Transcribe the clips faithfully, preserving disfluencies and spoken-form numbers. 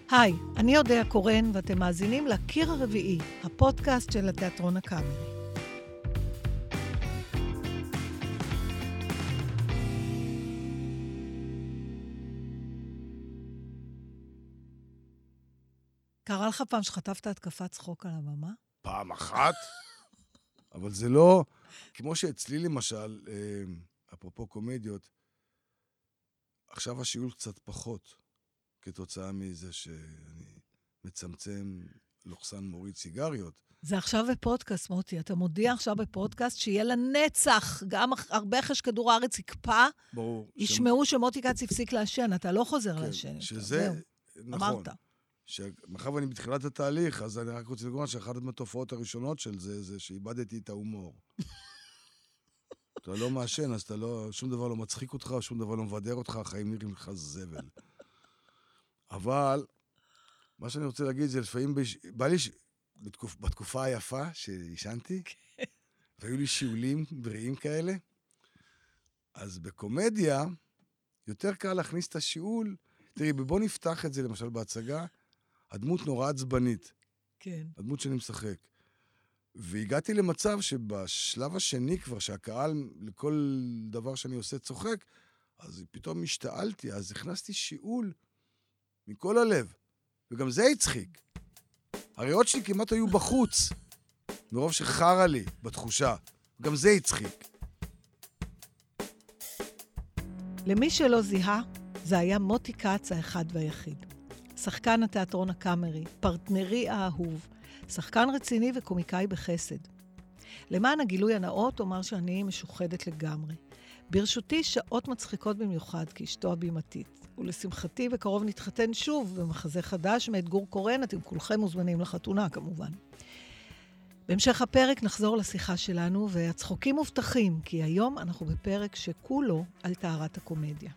היי, אני אודיה קורן, ואתם מאזינים לקיר הרביעי, הפודקאסט של התיאטרון הקאמרי. קרה לך פעם שחטפת התקפת צחוק על הבמה? פעם אחת? אבל זה לא... כמו שאצלי למשל, אפרופו קומדיות, עכשיו השיעול קצת פחות, כתוצאה מזה שאני מצמצם לוחסן מוריד סיגריות. זה עכשיו בפודקאסט, מוטי. אתה מודיע עכשיו בפודקאסט שיהיה לנצח, גם הרבה אחרי שכדור הארץ יקפא, ברור. ישמעו ש... שמוטי קץ הפסיק לעשן, אתה לא חוזר כן, לעשן. שזה, נכון. אמרת. מאחר ואני בתחילת התהליך, אז אני רק רוצה לגמרי שאחת מהתופעות הראשונות של זה, זה שאיבדתי את ההומור. אתה לא מעשן, אז אתה לא, שום דבר לא מצחיק אותך, שום דבר לא מבדר אותך, החיים נראים לך זבל. אבל, מה שאני רוצה להגיד זה לפעמים, בש... בא לי ש... בתקופ... בתקופה היפה שישנתי, והיו לי שיעולים בריאים כאלה, אז בקומדיה, יותר קל להכניס את השיעול, תראי, בוא נפתח את זה למשל בהצגה, הדמות נורא עצבנית. כן. הדמות שאני משחק. והגעתי למצב שבשלב השני כבר, שהקהל לכל דבר שאני עושה צוחק, אז פתאום השתעלתי, אז הכנסתי שיעול מכל הלב. וגם זה הצחיק. הריאות שלי כמעט היו בחוץ, מרוב שחרה לי בתחושה. גם זה הצחיק. למי שלא זיהה, זה היה מוטי קץ האחד והיחיד. שחקן התיאטרון הקאמרי, פרטנרי האהוב, שחקן רציני וקומיקאי בחסד. למען הגילוי הנאות אומר שאני משוחדת לגמרי. ברשותי שעות מצחיקות במיוחד כאשתו הבימתית. ולשמחתי בקרוב נתחתן שוב במחזה חדש מאת גור קורן, אתם כולכם מוזמנים לחתונה כמובן. בהמשך הפרק נחזור לשיחה שלנו, והצחוקים מובטחים, כי היום אנחנו בפרק שכולו על טהרת הקומדיה.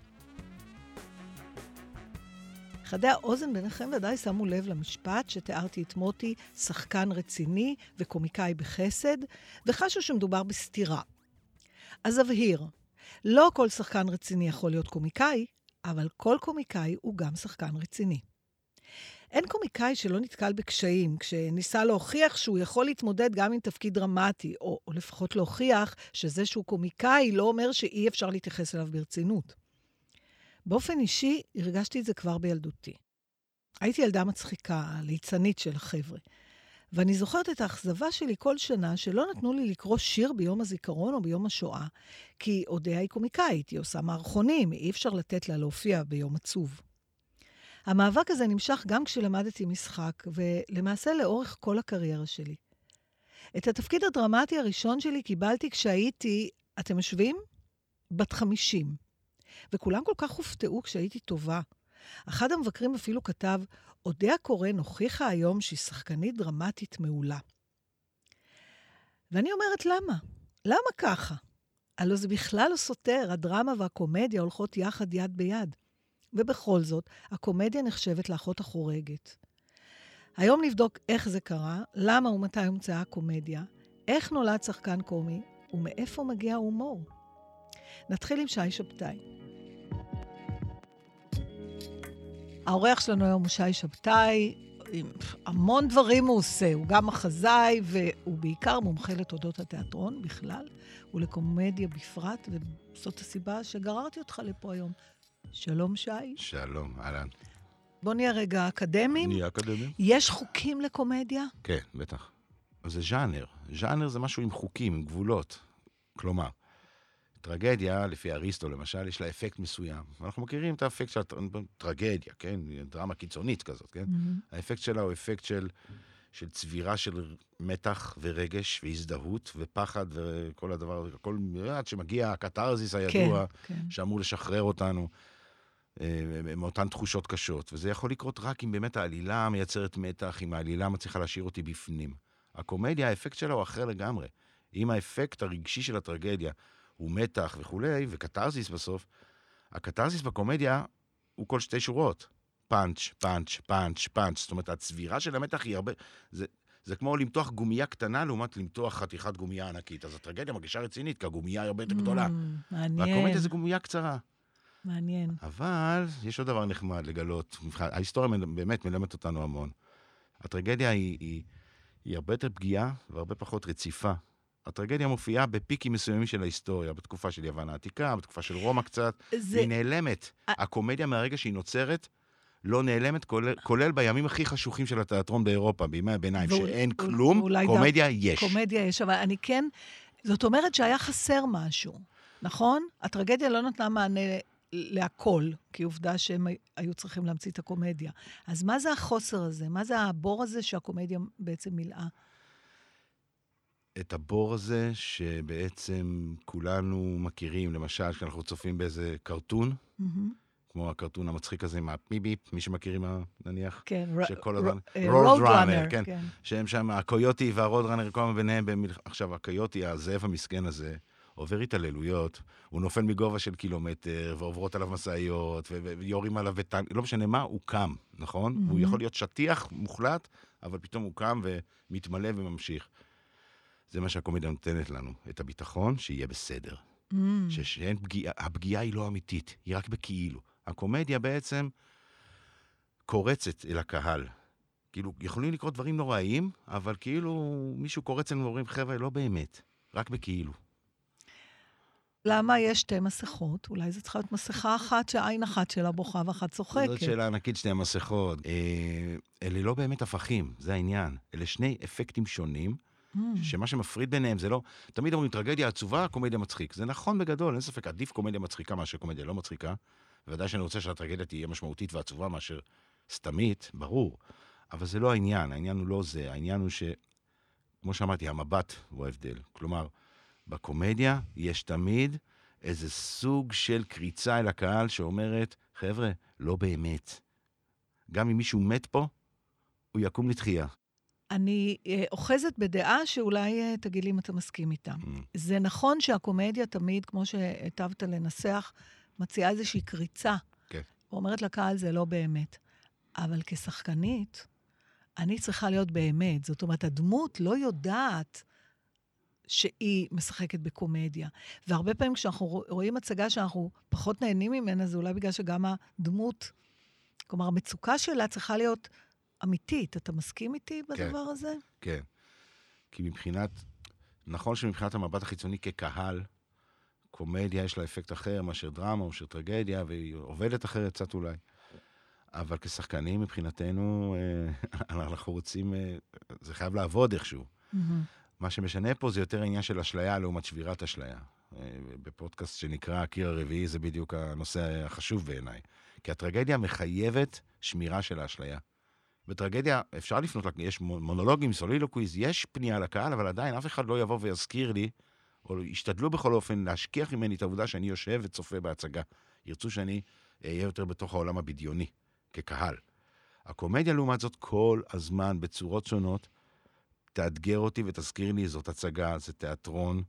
חדי האוזן ביניכם ודאי שמו לב למשפט שתיארתי את מוטי שחקן רציני וקומיקאי בחסד, וחשו שמדובר בסתירה. אז אבהיר, לא כל שחקן רציני יכול להיות קומיקאי, אבל כל קומיקאי הוא גם שחקן רציני. אין קומיקאי שלא נתקל בקשיים, כשניסה להוכיח שהוא יכול להתמודד גם עם תפקיד דרמטי, או, או לפחות להוכיח שזה שהוא קומיקאי לא אומר שאי אפשר להתייחס אליו ברצינות. באופן אישי, הרגשתי את זה כבר בילדותי. הייתי ילדה מצחיקה, ליצנית של החבר'ה. ואני זוכרת את האכזבה שלי כל שנה שלא נתנו לי לקרוא שיר ביום הזיכרון או ביום השואה, כי אודיה היא קומיקאית, היא עושה מערכונים, אי אפשר לתת לה להופיע ביום עצוב. המאבק הזה נמשך גם כשלמדתי משחק, ולמעשה לאורך כל הקריירה שלי. את התפקיד הדרמטי הראשון שלי קיבלתי כשהייתי, אתם משווים? בת חמישים. וכולם כל כך הופתעו כשהייתי טובה. אחד המבקרים אפילו כתב, אודיה קורן הוכיחה היום שהיא שחקנית דרמטית מעולה. ואני אומרת, למה? למה ככה? הלוא זה בכלל לא סותר, הדרמה והקומדיה הולכות יחד יד ביד. ובכל זאת, הקומדיה נחשבת לאחות החורגת. היום נבדוק איך זה קרה, למה ומתי הומצאה הקומדיה, איך נולד שחקן קומי, ומאיפה מגיע ההומור. נתחיל עם שי שבתאי. האורח שלנו היום הוא שי שבתאי, המון דברים הוא עושה, הוא גם מחזאי, והוא בעיקר מומחה לתולדות התיאטרון בכלל, ולקומדיה בפרט, וזאת הסיבה שגררתי אותך לפה היום. שלום שי. שלום, אהלן. בוא נהיה רגע אקדמיים. נהיה אקדמיים. יש חוקים לקומדיה? כן, בטח. זה ז'אנר. ז'אנר זה משהו עם חוקים, עם גבולות. כלומר, טרגדיה, לפי אריסטו למשל, יש לה אפקט מסוים. אנחנו מכירים את האפקט של טרגדיה, כן? דרמה קיצונית כזאת, כן? Mm-hmm. האפקט שלה הוא אפקט של, של צבירה של מתח ורגש והזדהות ופחד וכל הדבר, כל עד שמגיע הקטרזיס הידוע, כן, כן. שאמור לשחרר אותנו מאותן תחושות קשות. וזה יכול לקרות רק אם באמת העלילה מייצרת מתח, אם העלילה מצליחה להשאיר אותי בפנים. הקומדיה, האפקט שלה הוא אחר לגמרי. אם האפקט הרגשי של הטרגדיה הוא מתח וכולי, וקטרזיס בסוף, הקטרזיס בקומדיה הוא כל שתי שורות. פאנץ', פאנץ', פאנץ', פאנץ'. זאת אומרת, הצבירה של המתח היא הרבה... זה, זה כמו למתוח גומייה קטנה לעומת למתוח חתיכת גומייה ענקית. אז הטרגדיה מרגישה רצינית, כי הגומייה היא הרבה יותר גדולה. מעניין. והקומדיה זה גומייה קצרה. מעניין. אבל יש עוד דבר נחמד לגלות. ההיסטוריה באמת מלמדת אותנו המון. הטרגדיה היא, היא, היא הרבה יותר פגיעה והרבה פחות רציפה. הטרגדיה מופיעה בפיקים מסוימים של ההיסטוריה, בתקופה של יוון העתיקה, בתקופה של רומא קצת, זה... והיא נעלמת. הקומדיה מהרגע שהיא נוצרת, לא נעלמת, כולל, כולל בימים הכי חשוכים של התיאטרון באירופה, בימי הביניים, ואול, שאין ואול, כלום, קומדיה דו, יש. קומדיה יש, אבל אני כן, זאת אומרת שהיה חסר משהו, נכון? הטרגדיה לא נתנה מענה להכל, כי עובדה שהם היו צריכים להמציא את הקומדיה. אז מה זה החוסר הזה? מה זה הבור הזה שהקומדיה בעצם מילאה? את הבור הזה שבעצם כולנו מכירים, למשל, כשאנחנו צופים באיזה קרטון, mm-hmm. כמו הקרטון המצחיק הזה עם הפיביפ, מי שמכירים, נניח, כן, שכל הזמן, רוד ראנר, כן, כן, שהם שם, הקויוטי והרוד ראנר, כל הזמן ביניהם, במל... עכשיו, הקויוטי, הזאב המסכן הזה, עובר התעללויות, הוא נופל מגובה של קילומטר, ועוברות עליו מסעיות, ויורים עליו וטנק, לא משנה מה, הוא קם, נכון? Mm-hmm. הוא יכול להיות שטיח מוחלט, אבל פתאום הוא קם ומתמלא וממשיך. זה מה שהקומדיה נותנת לנו, את הביטחון, שיהיה בסדר. Mm. שאין פגיעה, הפגיעה היא לא אמיתית, היא רק בכאילו. הקומדיה בעצם קורצת אל הקהל. כאילו, יכולים לקרות דברים נוראיים, אבל כאילו מישהו קורץ אלינו ואומרים, חבר'ה, לא באמת, רק בכאילו. למה יש שתי מסכות? אולי זה צריכה להיות מסכה אחת שעין אחת שלה בוכה ואחת צוחקת. זאת שאלה ענקית, שתי המסכות. אלה לא באמת הפכים, זה העניין. אלה שני אפקטים שונים, Mm. שמה שמפריד ביניהם זה לא, תמיד אומרים טרגדיה עצובה, קומדיה מצחיק. זה נכון בגדול, אין ספק, עדיף קומדיה מצחיקה מאשר קומדיה לא מצחיקה, ודאי שאני רוצה שהטרגדיה תהיה משמעותית ועצובה מאשר סתמית, ברור. אבל זה לא העניין, העניין הוא לא זה, העניין הוא ש, כמו שאמרתי, המבט הוא ההבדל. כלומר, בקומדיה יש תמיד איזה סוג של קריצה אל הקהל שאומרת, חבר'ה, לא באמת. גם אם מישהו מת פה, הוא יקום לתחייה. אני אה, אוחזת בדעה שאולי אה, תגיד לי אם אתה מסכים איתה. Mm. זה נכון שהקומדיה תמיד, כמו שהטבת לנסח, מציעה איזושהי קריצה. כן. Okay. ואומרת לקהל, זה לא באמת. אבל כשחקנית, אני צריכה להיות באמת. זאת אומרת, הדמות לא יודעת שהיא משחקת בקומדיה. והרבה פעמים כשאנחנו רואים הצגה שאנחנו פחות נהנים ממנה, זה אולי בגלל שגם הדמות, כלומר, המצוקה שלה צריכה להיות אמיתית. אתה מסכים איתי בדבר כן, הזה? כן. כי מבחינת, נכון שמבחינת המבט החיצוני כקהל, קומדיה יש לה אפקט אחר מאשר דרמה או מאשר טרגדיה, והיא עובדת אחרת קצת אולי. אבל כשחקנים מבחינתנו, אנחנו רוצים, זה חייב לעבוד איכשהו. Mm-hmm. מה שמשנה פה זה יותר העניין של אשליה לעומת שבירת אשליה. בפודקאסט שנקרא הקיר הרביעי, זה בדיוק הנושא החשוב בעיניי. כי הטרגדיה מחייבת שמירה של האשליה. בטרגדיה אפשר לפנות, יש מונולוגים, סולילוקוויז, יש פנייה לקהל, אבל עדיין אף אחד לא יבוא ויזכיר לי, או ישתדלו בכל אופן להשכיח ממני את העובדה שאני יושב וצופה בהצגה. ירצו שאני אהיה יותר בתוך העולם הבדיוני, כקהל. הקומדיה לעומת זאת כל הזמן בצורות שונות, תאתגר אותי ותזכיר לי, זאת הצגה, זה תיאטרון,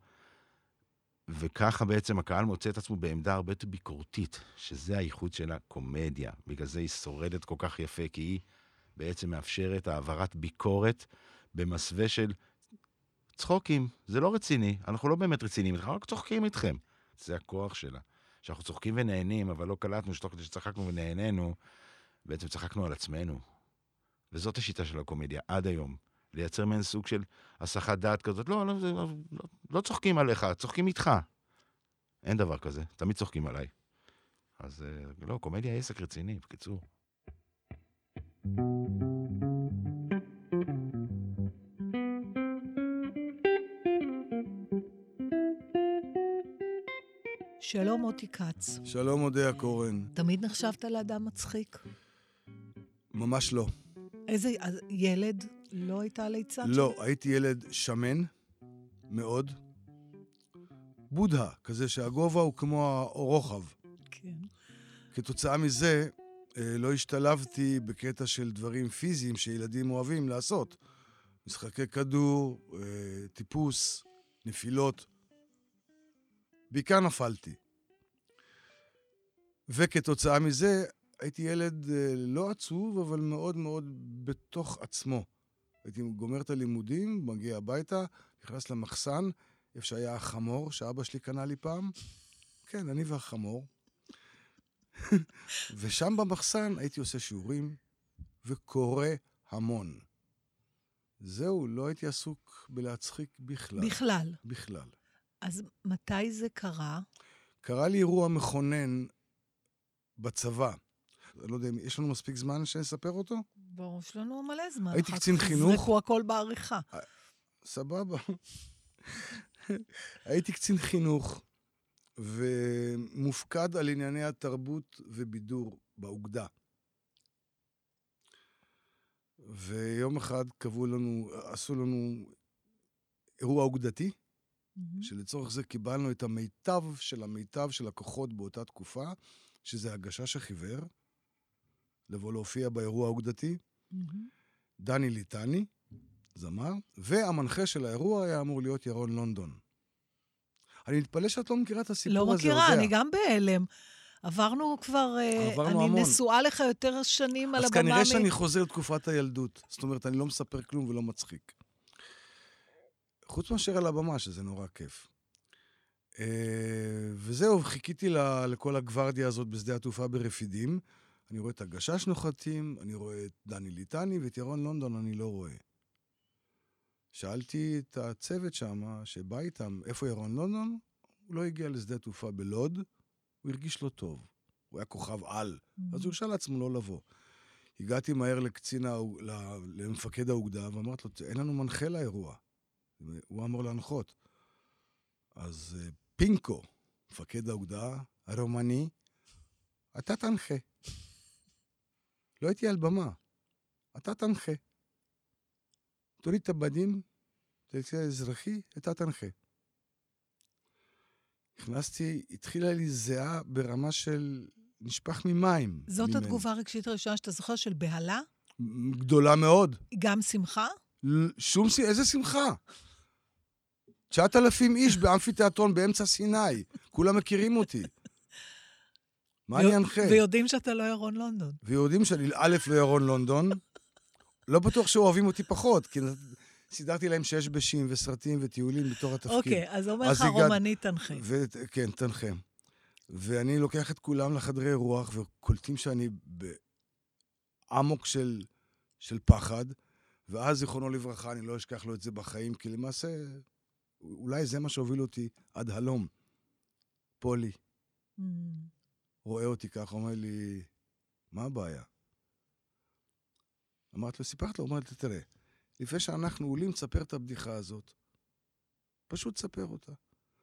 וככה בעצם הקהל מוצא את עצמו בעמדה הרבה יותר ביקורתית, שזה הייחוד של הקומדיה. בגלל זה היא שורדת כל כך יפה, כי היא בעצם מאפשרת העברת ביקורת במסווה של צחוקים. זה לא רציני, אנחנו לא באמת רציניים, אנחנו רק צוחקים איתכם. זה הכוח שלה. שאנחנו צוחקים ונהנים, אבל לא קלטנו שתוך כדי שצחקנו ונהנינו, בעצם צחקנו על עצמנו. וזאת השיטה של הקומדיה, עד היום. לייצר מעין סוג של הסחת דעת כזאת. לא, לא, לא, לא, לא צוחקים עליך, צוחקים איתך. אין דבר כזה, תמיד צוחקים עליי. אז לא, קומדיה עסק רציני, בקיצור. שלום מוטי קץ. שלום אודיה קורן. תמיד נחשבת לאדם מצחיק? ממש לא. איזה ילד לא הייתה ליצן? לא, הייתי ילד שמן מאוד. בודה, כזה שהגובה הוא כמו הרוחב. כן. כתוצאה מזה, לא השתלבתי בקטע של דברים פיזיים שילדים אוהבים לעשות. משחקי כדור, טיפוס, נפילות. בעיקר נפלתי. וכתוצאה מזה, הייתי ילד לא עצוב, אבל מאוד מאוד בתוך עצמו. הייתי גומר את הלימודים, מגיע הביתה, נכנס למחסן, איפה שהיה החמור, שאבא שלי קנה לי פעם. כן, אני והחמור. ושם במחסן הייתי עושה שיעורים וקורא המון. זהו, לא הייתי עסוק בלהצחיק בכלל. בכלל. בכלל. אז מתי זה קרה? קרה לי אירוע מכונן בצבא. אני לא יודע, יש לנו מספיק זמן שנספר אותו? ברור, יש לנו מלא זמן. הייתי קצין חינוך. זרקו הכל בעריכה. סבבה. הייתי קצין חינוך, ומופקד על ענייני התרבות ובידור באוגדה. ויום אחד קבעו לנו, עשו לנו אירוע אוגדתי, שלצורך זה קיבלנו את המיטב של המיטב של הכוחות באותה תקופה, שזה הגשש החיוור, לבוא להופיע באירוע האוגדתי, דני ליטני, זמר, והמנחה של האירוע היה אמור להיות ירון לונדון. אני מתפלא שאת לא מכירה את הסיפור לא הזה. מכירה, יודע. אני גם בהלם. עברנו כבר, עברנו אני המון. נשואה לך יותר שנים על אז הבמה. כנראה שאני חוזר לתקופת הילדות. זאת אומרת, אני לא מספר כלום ולא מצחיק. חוץ מאשר על הבמה, שזה נורא כיף. וזהו, חיכיתי לכל הגוורדיה הזאת בשדה התעופה ברפידים. אני רואה את הגשש נוחתים, אני רואה את דני ליטני ואת ירון לונדון אני לא רואה. שאלתי את הצוות שם, שבא איתם, איפה ירון לונדון? הוא לא הגיע לשדה התעופה בלוד, הוא הרגיש לא טוב. הוא היה כוכב על, mm-hmm. אז הוא הרשה לעצמו לא לבוא. הגעתי מהר לקצין, למפקד האוגדה, ואמרתי לו, אין לנו מנחה לאירוע. הוא אמור להנחות. אז פינקו, מפקד האוגדה, הרומני, אתה תנחה. לא הייתי על במה. אתה תנחה. תוריד את הבדים, תלכי האזרחי, אתה תנחה. נכנסתי, התחילה לי זהה ברמה של נשפך ממים. זאת ממני. התגובה הרגשית הראשונה שאתה זוכר של בהלה? גדולה מאוד. גם שמחה? שום שמחה, איזה שמחה? תשעת אלפים איש באמפיתיאטרון באמצע סיני. כולם מכירים אותי. מה אני אנחה? ויודעים שאתה לא ירון לונדון. ויודעים שאני א' לא ירון לונדון. לא בטוח שאוהבים אותי פחות, כי סידרתי להם שיש בשים וסרטים וטיולים בתור התפקיד. אוקיי, אז אומר לך רומני תנחה. כן, תנחה. ואני לוקח את כולם לחדרי רוח, וקולטים שאני בעמוק של, של פחד, ואז זיכרונו לברכה, אני לא אשכח לו את זה בחיים, כי למעשה, אולי זה מה שהוביל אותי עד הלום. פולי. Mm. רואה אותי ככה, אומר לי, מה הבעיה? אמרת לו, סיפרת לו, אומרת, תראה, לפני שאנחנו עולים, תספר את הבדיחה הזאת. פשוט תספר אותה.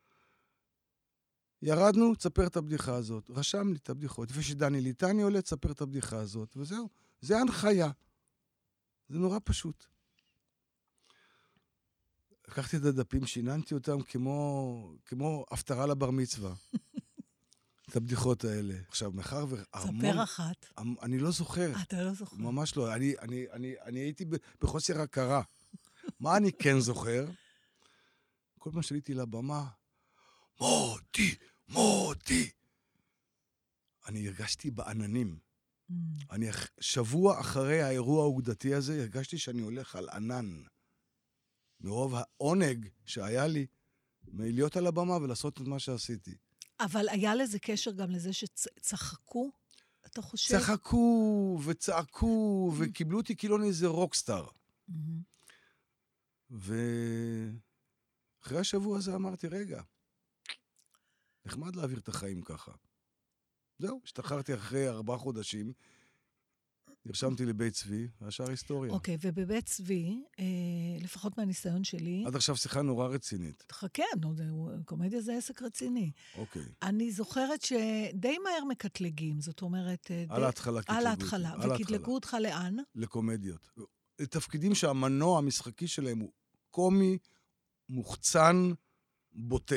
ירדנו, תספר את הבדיחה הזאת. רשם לי את הבדיחות. לפני שדני ליטני עולה, תספר את הבדיחה הזאת. וזהו, זה הנחיה. זה נורא פשוט. לקחתי את הדפים, שיננתי אותם כמו, כמו הפטרה לבר מצווה. את הבדיחות האלה. עכשיו, מאחר והרמון... ספר אחת. אני לא זוכר. אתה לא זוכר. ממש לא. אני, אני, אני, אני הייתי בחוסר הכרה. מה אני כן זוכר? כל מה שעליתי לבמה, מוטי, מוטי. אני הרגשתי בעננים. Mm. אני שבוע אחרי האירוע האוגדתי הזה, הרגשתי שאני הולך על ענן. מרוב העונג שהיה לי, מלהיות על הבמה ולעשות את מה שעשיתי. אבל היה לזה קשר גם לזה שצחקו, אתה חושב? צחקו וצעקו mm. וקיבלו אותי כאילו אני איזה רוקסטאר. Mm-hmm. ואחרי השבוע הזה אמרתי, רגע, נחמד להעביר את החיים ככה. זהו, השתחררתי אחרי ארבעה חודשים, נרשמתי לבית צבי, והשאר היסטוריה. אוקיי, okay, ובבית צבי, אה, לפחות מהניסיון שלי... עד עכשיו שיחה נורא רצינית. חכה, נו, זה, קומדיה זה עסק רציני. אוקיי. Okay. אני זוכרת שדי מהר מקטלגים, זאת אומרת... על ההתחלה קטלגו. על ההתחלה, וקטלגו אותך לאן? לקומדיות. לתפקידים שהמנוע המשחקי שלהם הוא קומי, מוחצן, בוטה.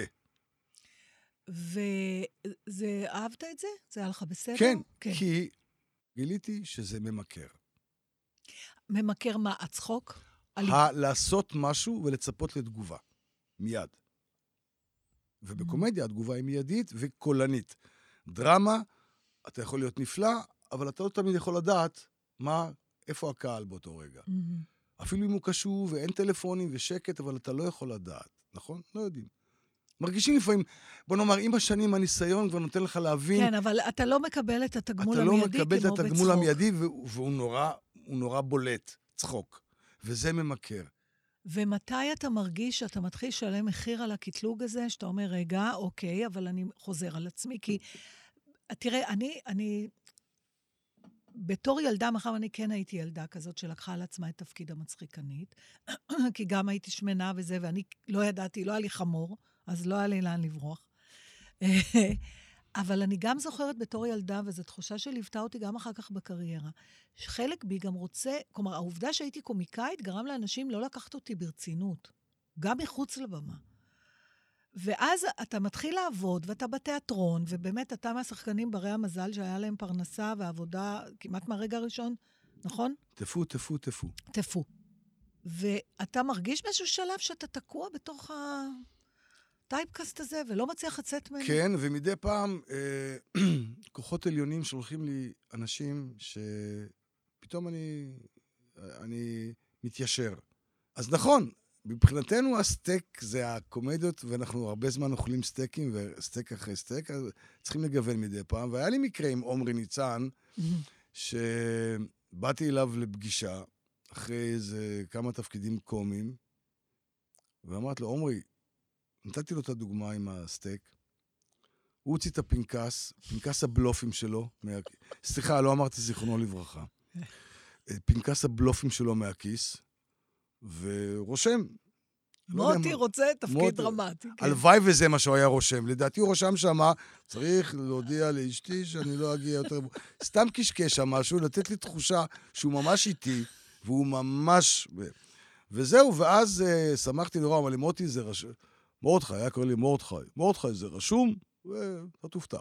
וזה, אהבת את זה? זה היה לך בסדר? כן, כן. כי גיליתי שזה ממכר. ממכר מה? הצחוק? ה- לעשות משהו ולצפות לתגובה. מיד. ובקומדיה התגובה היא מיידית וקולנית. דרמה, אתה יכול להיות נפלא, אבל אתה לא תמיד יכול לדעת מה, איפה הקהל באותו רגע. אפילו אם הוא קשור ואין טלפונים ושקט, אבל אתה לא יכול לדעת. נכון? לא יודעים. מרגישים לפעמים, בוא נאמר, עם השנים הניסיון כבר נותן לך להבין... כן, אבל אתה לא מקבל את התגמול אתה המיידי לא מקבל את כמו התגמול בצחוק. המיידי, והוא נורא, הוא נורא בולט, צחוק. וזה ממכר. ומתי אתה מרגיש שאתה מתחיל לשלם מחיר על הקטלוג הזה, שאתה אומר, רגע, אוקיי, אבל אני חוזר על עצמי, כי, תראה, אני, אני, בתור ילדה, מאחר אני כן הייתי ילדה כזאת, שלקחה על עצמה את תפקיד המצחיקנית, כי גם הייתי שמנה וזה, ואני לא ידעתי, לא היה לי חמור, אז לא היה לי לאן לברוח. אבל אני גם זוכרת בתור ילדה, וזו תחושה שליוותה אותי גם אחר כך בקריירה, שחלק בי גם רוצה, כלומר, העובדה שהייתי קומיקאית גרם לאנשים לא לקחת אותי ברצינות, גם מחוץ לבמה. ואז אתה מתחיל לעבוד, ואתה בתיאטרון, ובאמת אתה מהשחקנים ברי המזל שהיה להם פרנסה ועבודה כמעט מהרגע הראשון, נכון? תפו, תפו, תפו. תפו. ואתה מרגיש באיזשהו שלב שאתה תקוע בתוך ה... טייפקאסט הזה, ולא מצליח לצאת ממנו. כן, ומדי פעם, אה, כוחות עליונים שולחים לי אנשים שפתאום אני, אני מתיישר. אז נכון, מבחינתנו הסטייק זה הקומדיות, ואנחנו הרבה זמן אוכלים סטייקים, וסטייק אחרי סטייק, אז צריכים לגוון מדי פעם. והיה לי מקרה עם עומרי ניצן, שבאתי אליו לפגישה, אחרי איזה כמה תפקידים קומיים, ואמרתי לו, עומרי, נתתי לו את הדוגמה עם הסטייק, הוא הוציא את הפנקס, פנקס הבלופים שלו, מה... סליחה, לא אמרתי זיכרונו לברכה, פנקס הבלופים שלו מהכיס, ורושם. מוטי רוצה תפקיד דרמטי. הלוואי וזה מה שהוא היה רושם. לדעתי הוא רושם שמה, צריך להודיע לאשתי שאני לא אגיע יותר... סתם קשקש שם משהו, לתת לי תחושה שהוא ממש איתי, והוא ממש... וזהו, ואז שמחתי לראות, אבל מוטי זה רשום. מורדכי, היה קורא לי מורדכי. מורדכי זה רשום, ואתה תופתע.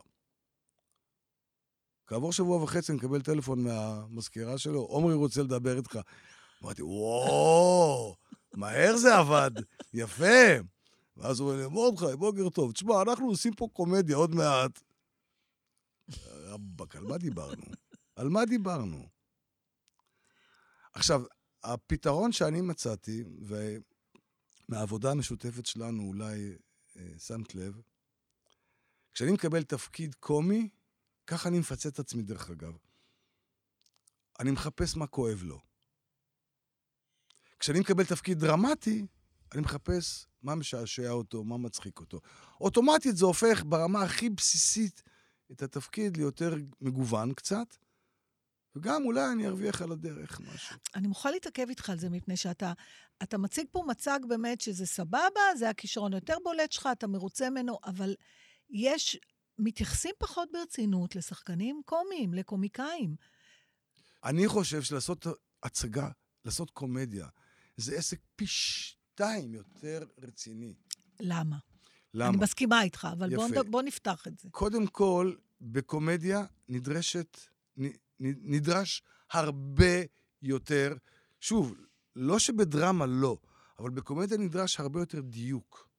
כעבור שבוע וחצי אני מקבל טלפון מהמזכירה שלו, עומרי רוצה לדבר איתך. אמרתי, וואו, מהר זה עבד, יפה. ואז הוא אומר לי, מורדכי, בוקר טוב, תשמע, אנחנו עושים פה קומדיה עוד מעט. רבק, על מה דיברנו? על מה דיברנו? עכשיו, הפתרון שאני מצאתי, ומהעבודה המשותפת שלנו אולי אה, שמת לב, כשאני מקבל תפקיד קומי, ככה אני מפצה את עצמי דרך אגב. אני מחפש מה כואב לו. כשאני מקבל תפקיד דרמטי, אני מחפש מה משעשע אותו, מה מצחיק אותו. אוטומטית זה הופך ברמה הכי בסיסית את התפקיד ליותר מגוון קצת, וגם אולי אני ארוויח על הדרך משהו. אני מוכרחה להתעכב איתך על זה, מפני שאתה אתה מציג פה מצג באמת שזה סבבה, זה הכישרון יותר בולט שלך, אתה מרוצה ממנו, אבל יש, מתייחסים פחות ברצינות לשחקנים קומיים, לקומיקאים. אני חושב שלעשות הצגה, לעשות קומדיה, זה עסק פי שתיים יותר רציני. למה? למה? אני מסכימה איתך, אבל בוא, בוא נפתח את זה. קודם כל, בקומדיה נדרשת, נדרש הרבה יותר, שוב, לא שבדרמה לא, אבל בקומדיה נדרש הרבה יותר דיוק.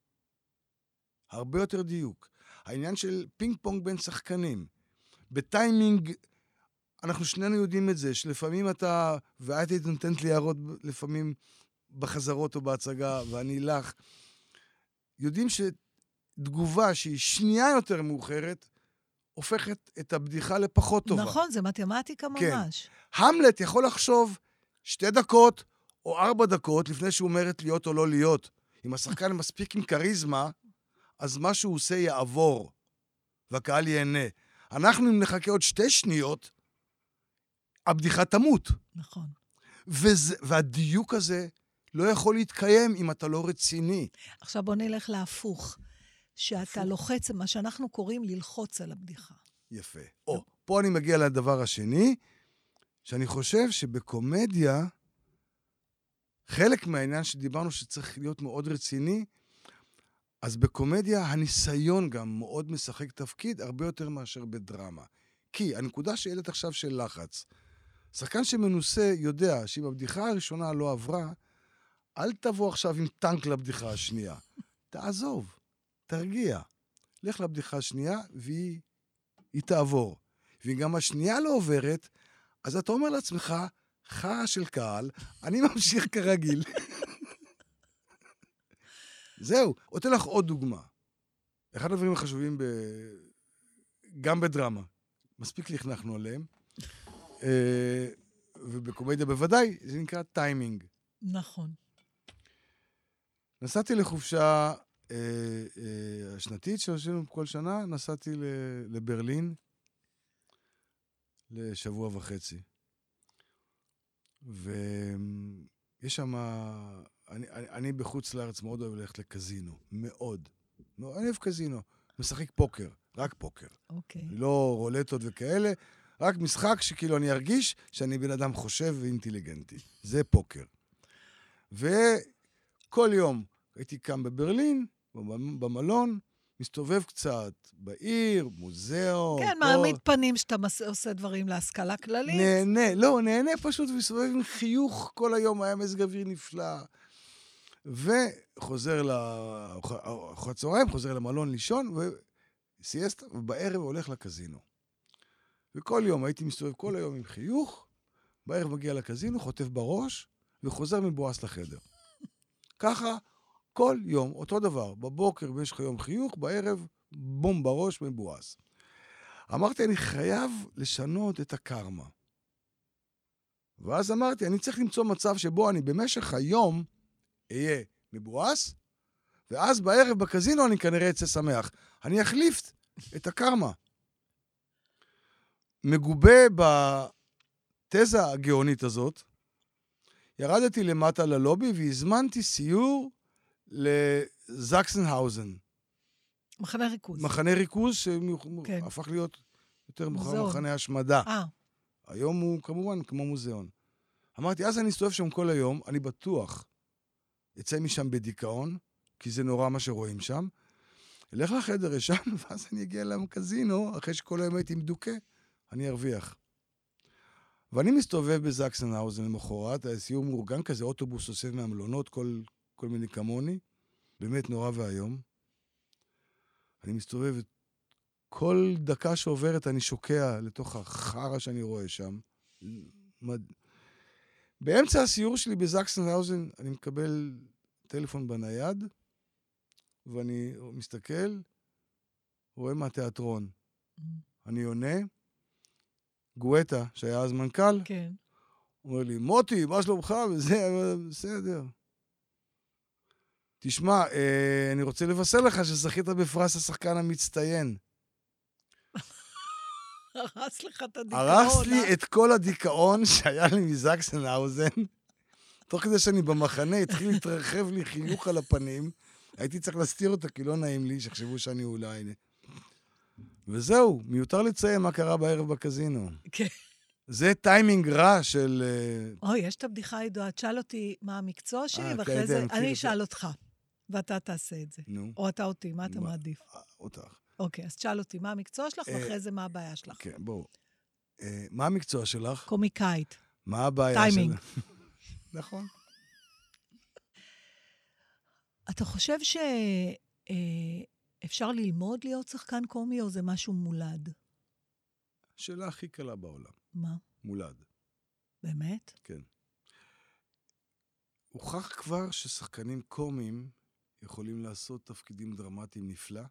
הרבה יותר דיוק. העניין של פינג פונג בין שחקנים. בטיימינג, אנחנו שנינו יודעים את זה, שלפעמים אתה, ואת היית נותנת לי הערות לפעמים בחזרות או בהצגה, ואני לך, יודעים שתגובה שהיא שנייה יותר מאוחרת, הופכת את הבדיחה לפחות טובה. נכון, זה מתמטיקה ממש. כן. המלט יכול לחשוב שתי דקות או ארבע דקות לפני שהוא אומרת להיות או לא להיות. אם השחקן מספיק עם קריזמה, אז מה שהוא עושה יעבור, והקהל ייהנה. אנחנו, אם נחכה עוד שתי שניות, הבדיחה תמות. נכון. וזה, והדיוק הזה לא יכול להתקיים אם אתה לא רציני. עכשיו בוא נלך להפוך. שאתה הפוך. לוחץ, מה שאנחנו קוראים ללחוץ על הבדיחה. יפה. או, פה אני מגיע לדבר השני, שאני חושב שבקומדיה, חלק מהעניין שדיברנו שצריך להיות מאוד רציני, אז בקומדיה הניסיון גם מאוד משחק תפקיד, הרבה יותר מאשר בדרמה. כי הנקודה שהעלית עכשיו של לחץ, שחקן שמנוסה יודע שאם הבדיחה הראשונה לא עברה, אל תבוא עכשיו עם טנק לבדיחה השנייה. תעזוב, תרגיע. לך לבדיחה השנייה והיא היא תעבור. ואם גם השנייה לא עוברת, אז אתה אומר לעצמך, חרא של קהל, אני ממשיך כרגיל. זהו, אתן לך עוד דוגמה. אחד הדברים החשובים ב... גם בדרמה, מספיק לכנחנו עליהם, ובקומדיה בוודאי, זה נקרא טיימינג. נכון. נסעתי לחופשה השנתית שעשינו כל שנה, נסעתי לברלין לשבוע וחצי. ויש שם, אני, אני, אני בחוץ לארץ מאוד אוהב ללכת לקזינו, מאוד. אני אוהב קזינו, משחק פוקר, רק פוקר. אוקיי. לא רולטות וכאלה, רק משחק שכאילו אני ארגיש שאני בן אדם חושב ואינטליגנטי. זה פוקר. וכל יום הייתי קם בברלין, במלון, מסתובב קצת בעיר, מוזיאון. כן, מעמיד פנים שאתה עושה דברים להשכלה כללית. נהנה, לא, נהנה פשוט, ומסתובב עם חיוך כל היום, היה מזג אוויר נפלא. וחוזר לארוחת צהריים, חוזר למלון לישון, וסיאסטה, ובערב הולך לקזינו. וכל יום הייתי מסתובב כל היום עם חיוך, בערב מגיע לקזינו, חוטף בראש, וחוזר מבואס לחדר. ככה, כל יום, אותו דבר. בבוקר במשך יום חיוך, בערב, בום בראש, מבואס. אמרתי, אני חייב לשנות את הקרמה. ואז אמרתי, אני צריך למצוא מצב שבו אני במשך היום אהיה מבואס, ואז בערב בקזינו אני כנראה אצא שמח. אני אחליף את הקרמה. מגובה בתזה הגאונית הזאת, ירדתי למטה ללובי והזמנתי סיור לזקסנהאוזן. מחנה ריכוז. מחנה ריכוז שהפך כן. להיות יותר מאוחר מחנה השמדה. אה. היום הוא כמובן כמו מוזיאון. אמרתי, אז אני אסתובב שם כל היום, אני בטוח יצא משם בדיכאון, כי זה נורא מה שרואים שם. אלך לחדר ישן, ואז אני אגיע לקזינו, אחרי שכל היום הייתי מדוכא, אני ארוויח. ואני מסתובב בזקסנהאוזן למחרת, הסיור מאורגן כזה, אוטובוס אוסף מהמלונות, כל, כל מיני כמוני, באמת נורא והיום. אני מסתובב, כל דקה שעוברת אני שוקע לתוך החרה שאני רואה שם. באמצע הסיור שלי בזקסנהאוזן, אני מקבל טלפון בנייד, ואני מסתכל, רואה מהתיאטרון. אני עונה, גואטה, שהיה אז מנכ"ל, כן. אומר לי, מוטי, מה שלומך? וזה, בסדר. תשמע, אה, אני רוצה לבשר לך שזכית בפרס השחקן המצטיין. הרס לך את הדיכאון. הרס לי את כל הדיכאון שהיה לי מזקסנהאוזן. תוך כדי שאני במחנה, התחיל להתרחב לי חיוך על הפנים. הייתי צריך להסתיר אותה, כי לא נעים לי, שחשבו שאני אולי... וזהו, מיותר לציין מה קרה בערב בקזינו. כן. זה טיימינג רע של... אוי, יש את הבדיחה הידועה, תשאל אותי מה המקצוע שלי, ואחרי זה אני אשאל אותך, ואתה תעשה את זה. נו. או אתה אותי, מה אתה מעדיף? אותך. אוקיי, אז תשאל אותי מה המקצוע שלך, ואחרי זה מה הבעיה שלך. כן, בואו. מה המקצוע שלך? קומיקאית. מה הבעיה שלך? טיימינג. נכון. אתה חושב שאפשר ללמוד להיות שחקן קומי, או זה משהו מולד? השאלה הכי קלה בעולם. מה? מולד. באמת? כן. הוכח כבר ששחקנים קומיים יכולים לעשות תפקידים דרמטיים נפלא,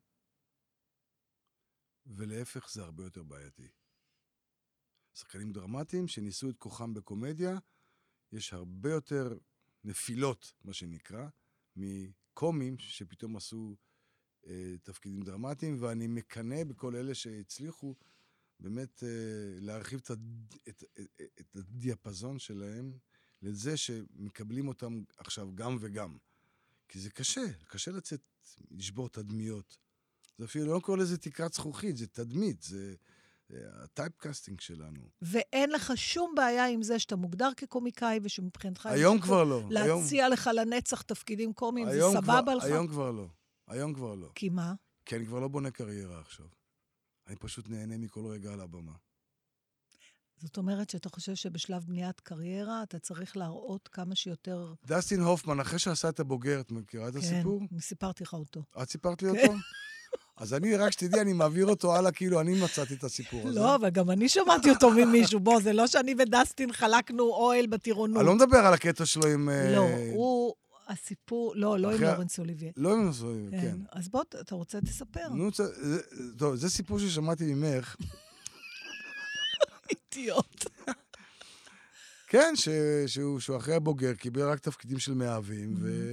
ולהפך זה הרבה יותר בעייתי. שחקנים דרמטיים שניסו את כוחם בקומדיה, יש הרבה יותר נפילות, מה שנקרא, מקומיים שפתאום עשו אה, תפקידים דרמטיים, ואני מקנה בכל אלה שהצליחו באמת אה, להרחיב את, הד... את, את, את הדיאפזון שלהם, לזה שמקבלים אותם עכשיו גם וגם. כי זה קשה, קשה לצאת, לשבור את הדמיות. זה אפילו לא קורא לזה תקרת זכוכית, זה תדמית, זה הטייפקאסטינג שלנו. ואין לך שום בעיה עם זה שאתה מוגדר כקומיקאי, ושמבחינתך... היום כבר לא. להציע היום... לך לנצח תפקידים קומיים, זה כבר, סבבה לך? היום כבר לא. היום כבר לא. כי מה? כי אני כבר לא בונה קריירה עכשיו. אני פשוט נהנה מכל רגע על הבמה. זאת אומרת שאתה חושב שבשלב בניית קריירה, אתה צריך להראות כמה שיותר... דסטין הופמן, אחרי שעשה את הבוגר, את מכירה את הסיפור? כן, אני סיפרתי לך אותו. את סיפרת לי אותו? אז אני, רק שתדעי, אני מעביר אותו הלאה, כאילו אני מצאתי את הסיפור הזה. לא, אבל גם אני שמעתי אותו ממישהו. בוא, זה לא שאני ודסטין חלקנו אוהל בטירונות. אני לא מדבר על הקטע שלו עם... לא, הוא... הסיפור, לא, לא עם לורנס אוליביה. לא עם לורנס אוליביה, כן. אז בוא, אתה רוצה תספר. נו, טוב, זה סיפור ששמעתי ממך. אידיוט. כן, שהוא אחרי הבוגר, קיבל רק תפקידים של מאהבים,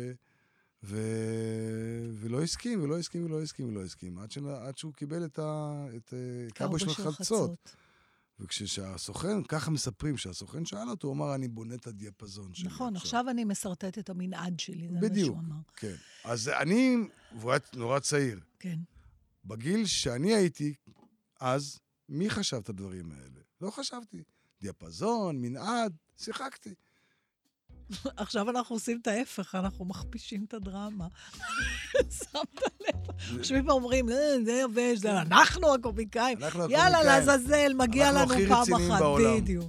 ולא הסכים, ולא הסכים, ולא הסכים, ולא הסכים, עד שהוא קיבל את קאובוי של חצות. וכשהסוכן, ככה מספרים, שהסוכן שאל אותו, הוא אמר, אני בונה את הדיאפזון שלי. נכון, עכשיו אני מסרטט את המנעד שלי, זה בדיוק, כן. אז אני, והוא היה נורא צעיר. כן. בגיל שאני הייתי, אז, מי חשב את הדברים האלה? לא חשבתי. דיאפזון, מנעד, שיחקתי. עכשיו אנחנו עושים את ההפך, אנחנו מכפישים את הדרמה. שמת לב. חושבים ואומרים, זה יבש, זה אנחנו הקומיקאים. יאללה, לעזאזל, מגיע לנו פעם אחת. בדיוק.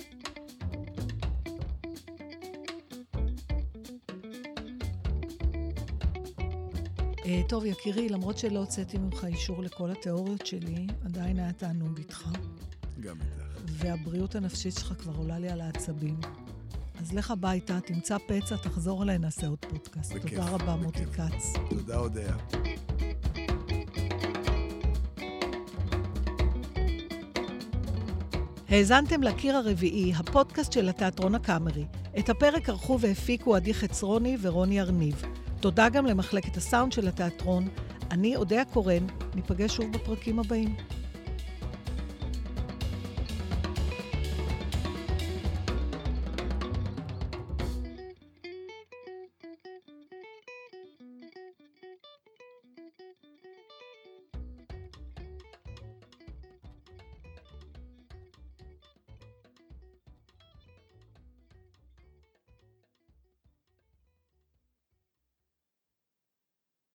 טוב, יקירי, למרות שלא הוצאתי ממך אישור לכל התיאוריות שלי, עדיין היה תענוג איתך. גם איתך. והבריאות הנפשית שלך כבר עולה לי על העצבים. אז לך הביתה, תמצא פצע, תחזור אליי, נעשה עוד פודקאסט. בכיף, תודה רבה, מוטי קץ. תודה, הודיה. האזנתם לקיר הרביעי, הפודקאסט של התיאטרון הקאמרי. את הפרק ערכו והפיקו עדי חצרוני ורוני ארניב. תודה גם למחלקת הסאונד של התיאטרון. אני, הודיה קורן, ניפגש שוב בפרקים הבאים.